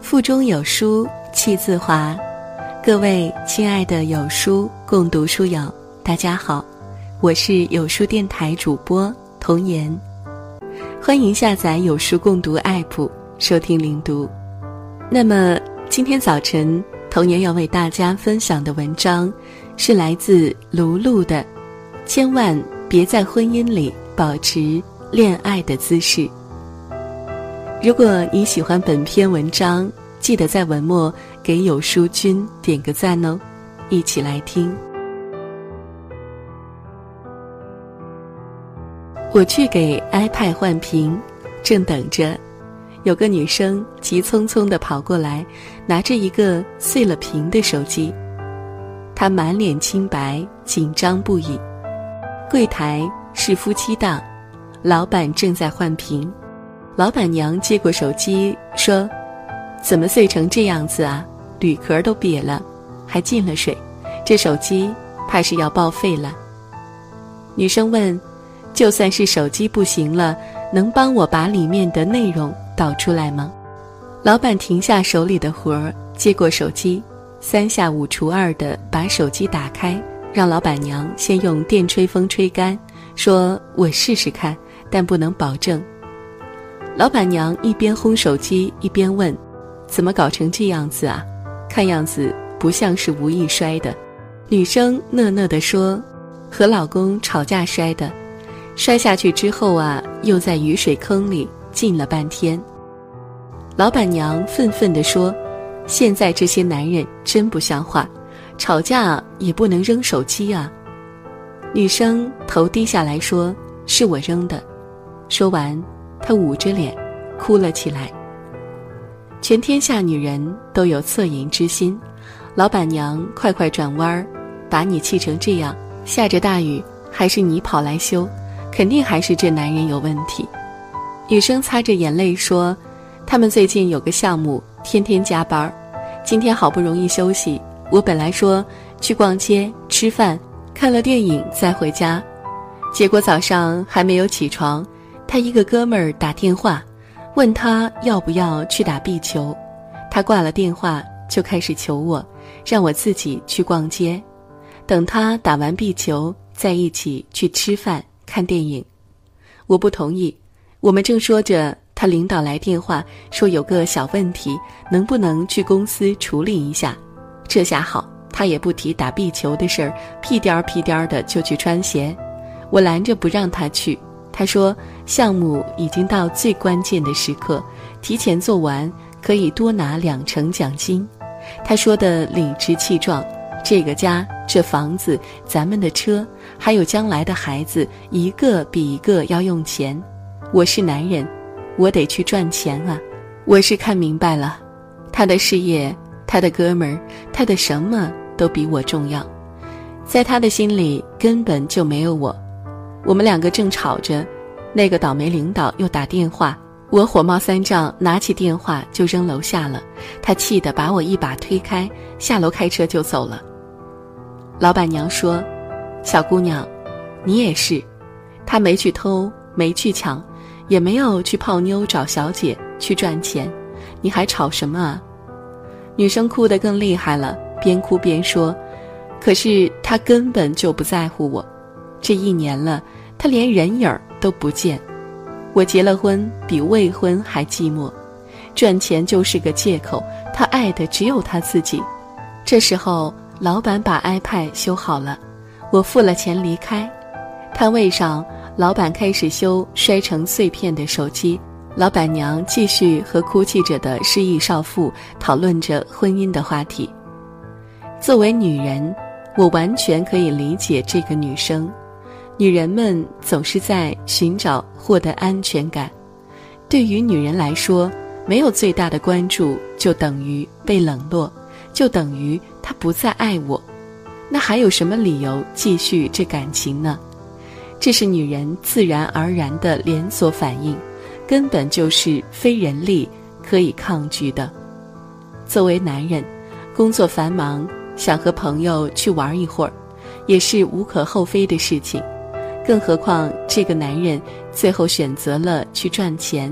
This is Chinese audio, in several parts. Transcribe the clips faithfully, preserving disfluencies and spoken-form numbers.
腹中有书气自华。各位亲爱的有书共读书友，大家好，我是有书电台主播童言，欢迎下载有书共读 app 收听零读。那么今天早晨童言要为大家分享的文章是来自卢璐的千万别在婚姻里保持恋爱的姿势。如果你喜欢本篇文章，记得在文末给有书君点个赞哦，一起来听。我去给 iPad 换屏，正等着，有个女生急匆匆地跑过来，拿着一个碎了屏的手机。她满脸青白，紧张不已。柜台是夫妻档，老板正在换屏。老板娘接过手机说，怎么碎成这样子啊，铝壳都瘪了，还进了水，这手机怕是要报废了。女生问，就算是手机不行了，能帮我把里面的内容导出来吗？老板停下手里的活儿，接过手机，三下五除二地把手机打开，让老板娘先用电吹风吹干，说我试试看，但不能保证。老板娘一边轰手机一边问，怎么搞成这样子啊？看样子不像是无意摔的。女生讷讷地说，和老公吵架摔的，摔下去之后啊，又在雨水坑里浸了半天。老板娘愤愤地说，现在这些男人真不像话，吵架也不能扔手机啊。女生头低下来说，是我扔的。说完她捂着脸哭了起来。全天下女人都有恻隐之心，老板娘快快转弯，把你气成这样，下着大雨还是你跑来修，肯定还是这男人有问题。女生擦着眼泪说，他们最近有个项目，天天加班，今天好不容易休息，我本来说去逛街吃饭看了电影再回家，结果早上还没有起床，他一个哥们儿打电话问他要不要去打壁球，他挂了电话就开始求我，让我自己去逛街，等他打完壁球再一起去吃饭看电影。我不同意，我们正说着，他领导来电话说有个小问题，能不能去公司处理一下。这下好，他也不提打壁球的事儿，屁颠儿屁颠儿的就去穿鞋。我拦着不让他去，他说项目已经到最关键的时刻，提前做完可以多拿两成奖金。他说的理直气壮，这个家这房子咱们的车还有将来的孩子，一个比一个要用钱，我是男人，我得去赚钱啊。我是看明白了，他的事业，他的哥们儿，他的什么都比我重要，在他的心里根本就没有我。我们两个正吵着，那个倒霉领导又打电话，我火冒三丈，拿起电话就扔楼下了，他气得把我一把推开，下楼开车就走了。老板娘说，小姑娘，你也是，他没去偷，没去抢，也没有去泡妞找小姐去赚钱，你还吵什么啊？女生哭得更厉害了，边哭边说，可是他根本就不在乎我，这一年了，他连人影儿都不见，我结了婚比未婚还寂寞，赚钱就是个借口，他爱的只有他自己。这时候老板把 iPad 修好了，我付了钱离开。摊位上老板开始修摔成碎片的手机，老板娘继续和哭泣着的失意少妇讨论着婚姻的话题。作为女人，我完全可以理解这个女生。女人们总是在寻找获得安全感，对于女人来说，没有最大的关注就等于被冷落，就等于她不再爱我，那还有什么理由继续这感情呢？这是女人自然而然的连锁反应，根本就是非人力可以抗拒的。作为男人，工作繁忙，想和朋友去玩一会儿，也是无可厚非的事情。更何况这个男人最后选择了去赚钱，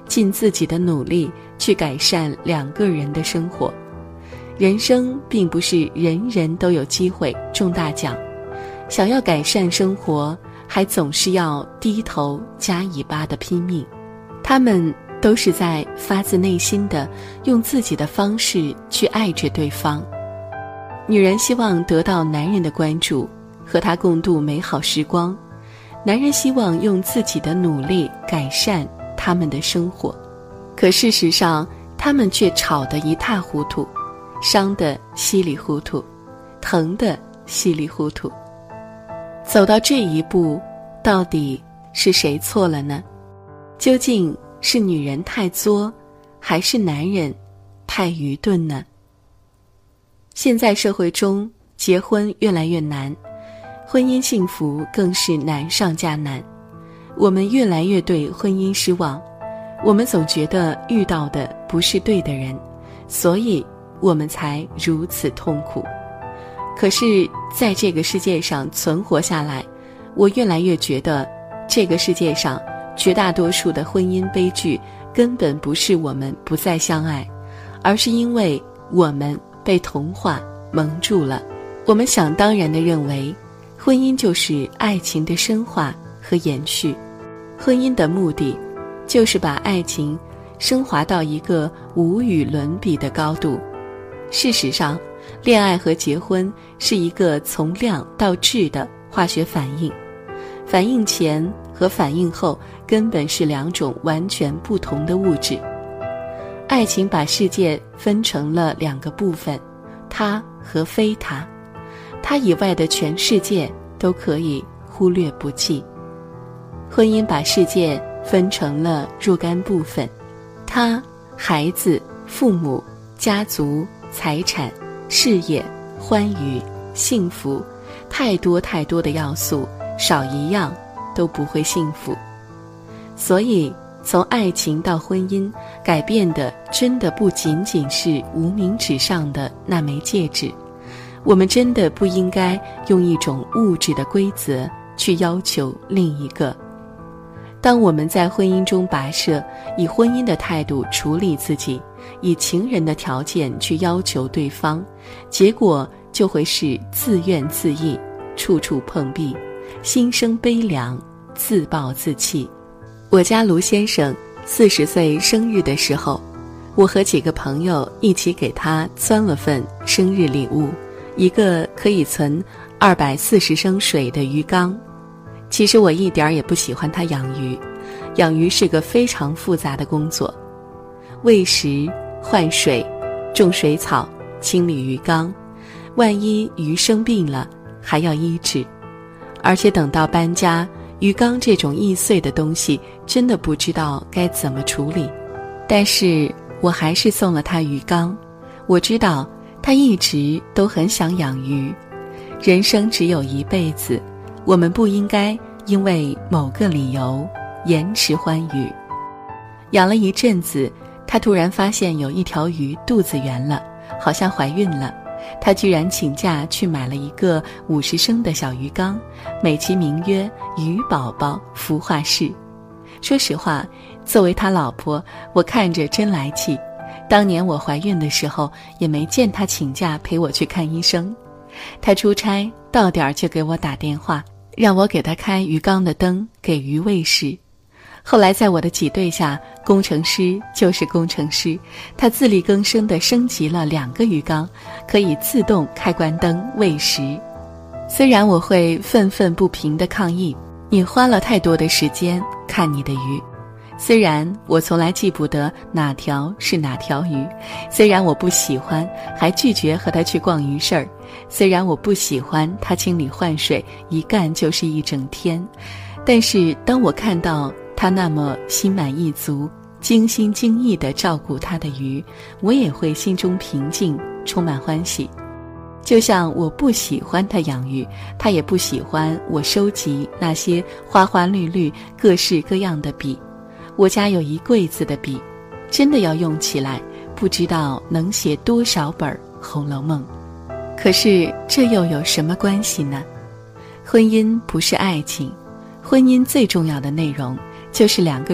尽自己的努力去改善两个人的生活。人生并不是人人都有机会中大奖，想要改善生活，还总是要低头夹尾巴的拼命。他们都是在发自内心的用自己的方式去爱着对方。女人希望得到男人的关注，和他共度美好时光，男人希望用自己的努力改善他们的生活。可事实上，他们却吵得一塌糊涂，伤得稀里糊涂，疼得稀里糊涂。走到这一步，到底是谁错了呢？究竟是女人太作，还是男人太愚钝呢？现在社会中，结婚越来越难，婚姻幸福更是难上加难。我们越来越对婚姻失望，我们总觉得遇到的不是对的人，所以我们才如此痛苦。可是在这个世界上存活下来，我越来越觉得这个世界上绝大多数的婚姻悲剧根本不是我们不再相爱，而是因为我们被童话蒙住了。我们想当然地认为婚姻就是爱情的深化和延续，婚姻的目的就是把爱情升华到一个无与伦比的高度。事实上，恋爱和结婚是一个从量到质的化学反应，反应前和反应后根本是两种完全不同的物质。爱情把世界分成了两个部分，他和非他，他以外的全世界都可以忽略不计。婚姻把世界分成了若干部分，他、孩子、父母、家族、财产、事业、欢愉、幸福，太多太多的要素，少一样都不会幸福。所以从爱情到婚姻，改变的真的不仅仅是无名指上的那枚戒指。我们真的不应该用一种物质的规则去要求另一个。当我们在婚姻中跋涉，以婚姻的态度处理自己，以情人的条件去要求对方，结果就会是自怨自艾，处处碰壁，心生悲凉，自暴自弃。我家卢先生四十岁生日的时候，我和几个朋友一起给他攥了份生日礼物，一个可以存二百四十升水的鱼缸。其实我一点也不喜欢他养鱼，养鱼是个非常复杂的工作，喂食、换水、种水草、清理鱼缸，万一鱼生病了还要医治，而且等到搬家，鱼缸这种易碎的东西真的不知道该怎么处理。但是我还是送了他鱼缸，我知道他一直都很想养鱼。人生只有一辈子，我们不应该因为某个理由延迟欢愉。养了一阵子，他突然发现有一条鱼肚子圆了，好像怀孕了。他居然请假去买了一个五十升的小鱼缸，美其名曰鱼宝宝孵化室。说实话，作为他老婆，我看着真来气。当年我怀孕的时候，也没见他请假陪我去看医生。他出差到点儿就给我打电话，让我给他开鱼缸的灯，给鱼喂食。后来在我的挤兑下，工程师就是工程师，他自力更生地升级了两个鱼缸，可以自动开关灯喂食。虽然我会愤愤不平地抗议，你花了太多的时间看你的鱼。虽然我从来记不得哪条是哪条鱼，虽然我不喜欢，还拒绝和他去逛鱼市儿，虽然我不喜欢他清理换水，一干就是一整天，但是当我看到他那么心满意足，精心精意地照顾他的鱼，我也会心中平静，充满欢喜。就像我不喜欢他养鱼，他也不喜欢我收集那些花花绿绿各式各样的笔。我家有一柜子的笔，真的要用起来，不知道能写多少本《红楼梦》。可是这又有什么关系呢？婚姻不是爱情，婚姻最重要的内容就是两个人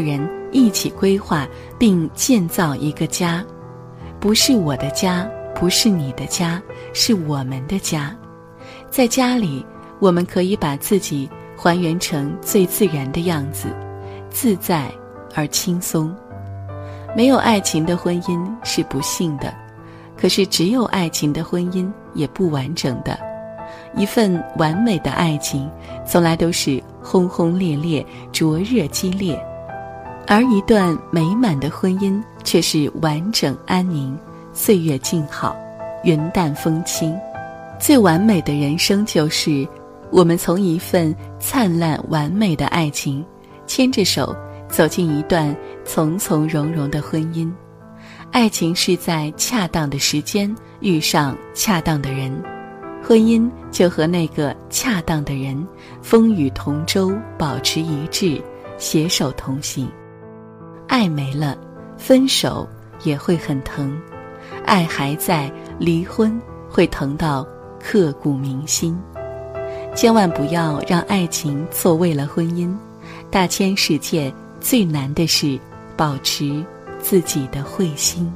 一起规划并建造一个家，不是我的家，不是你的家，是我们的家。在家里，我们可以把自己还原成最自然的样子，自在而轻松。没有爱情的婚姻是不幸的，可是只有爱情的婚姻也不完整的。一份完美的爱情从来都是轰轰烈烈、灼热激烈，而一段美满的婚姻却是完整安宁，岁月静好，云淡风轻。最完美的人生就是我们从一份灿烂完美的爱情牵着手走进一段从从容容的婚姻。爱情是在恰当的时间遇上恰当的人，婚姻就和那个恰当的人风雨同舟，保持一致，携手同行。爱没了，分手也会很疼，爱还在，离婚会疼到刻骨铭心。千万不要让爱情错位了婚姻，大千世界最难的是保持自己的慧心。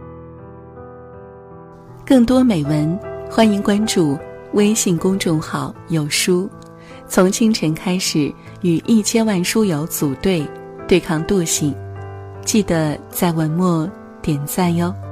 更多美文欢迎关注微信公众号有书，从清晨开始与一千万书友组队对抗惰性，记得在文末点赞哟。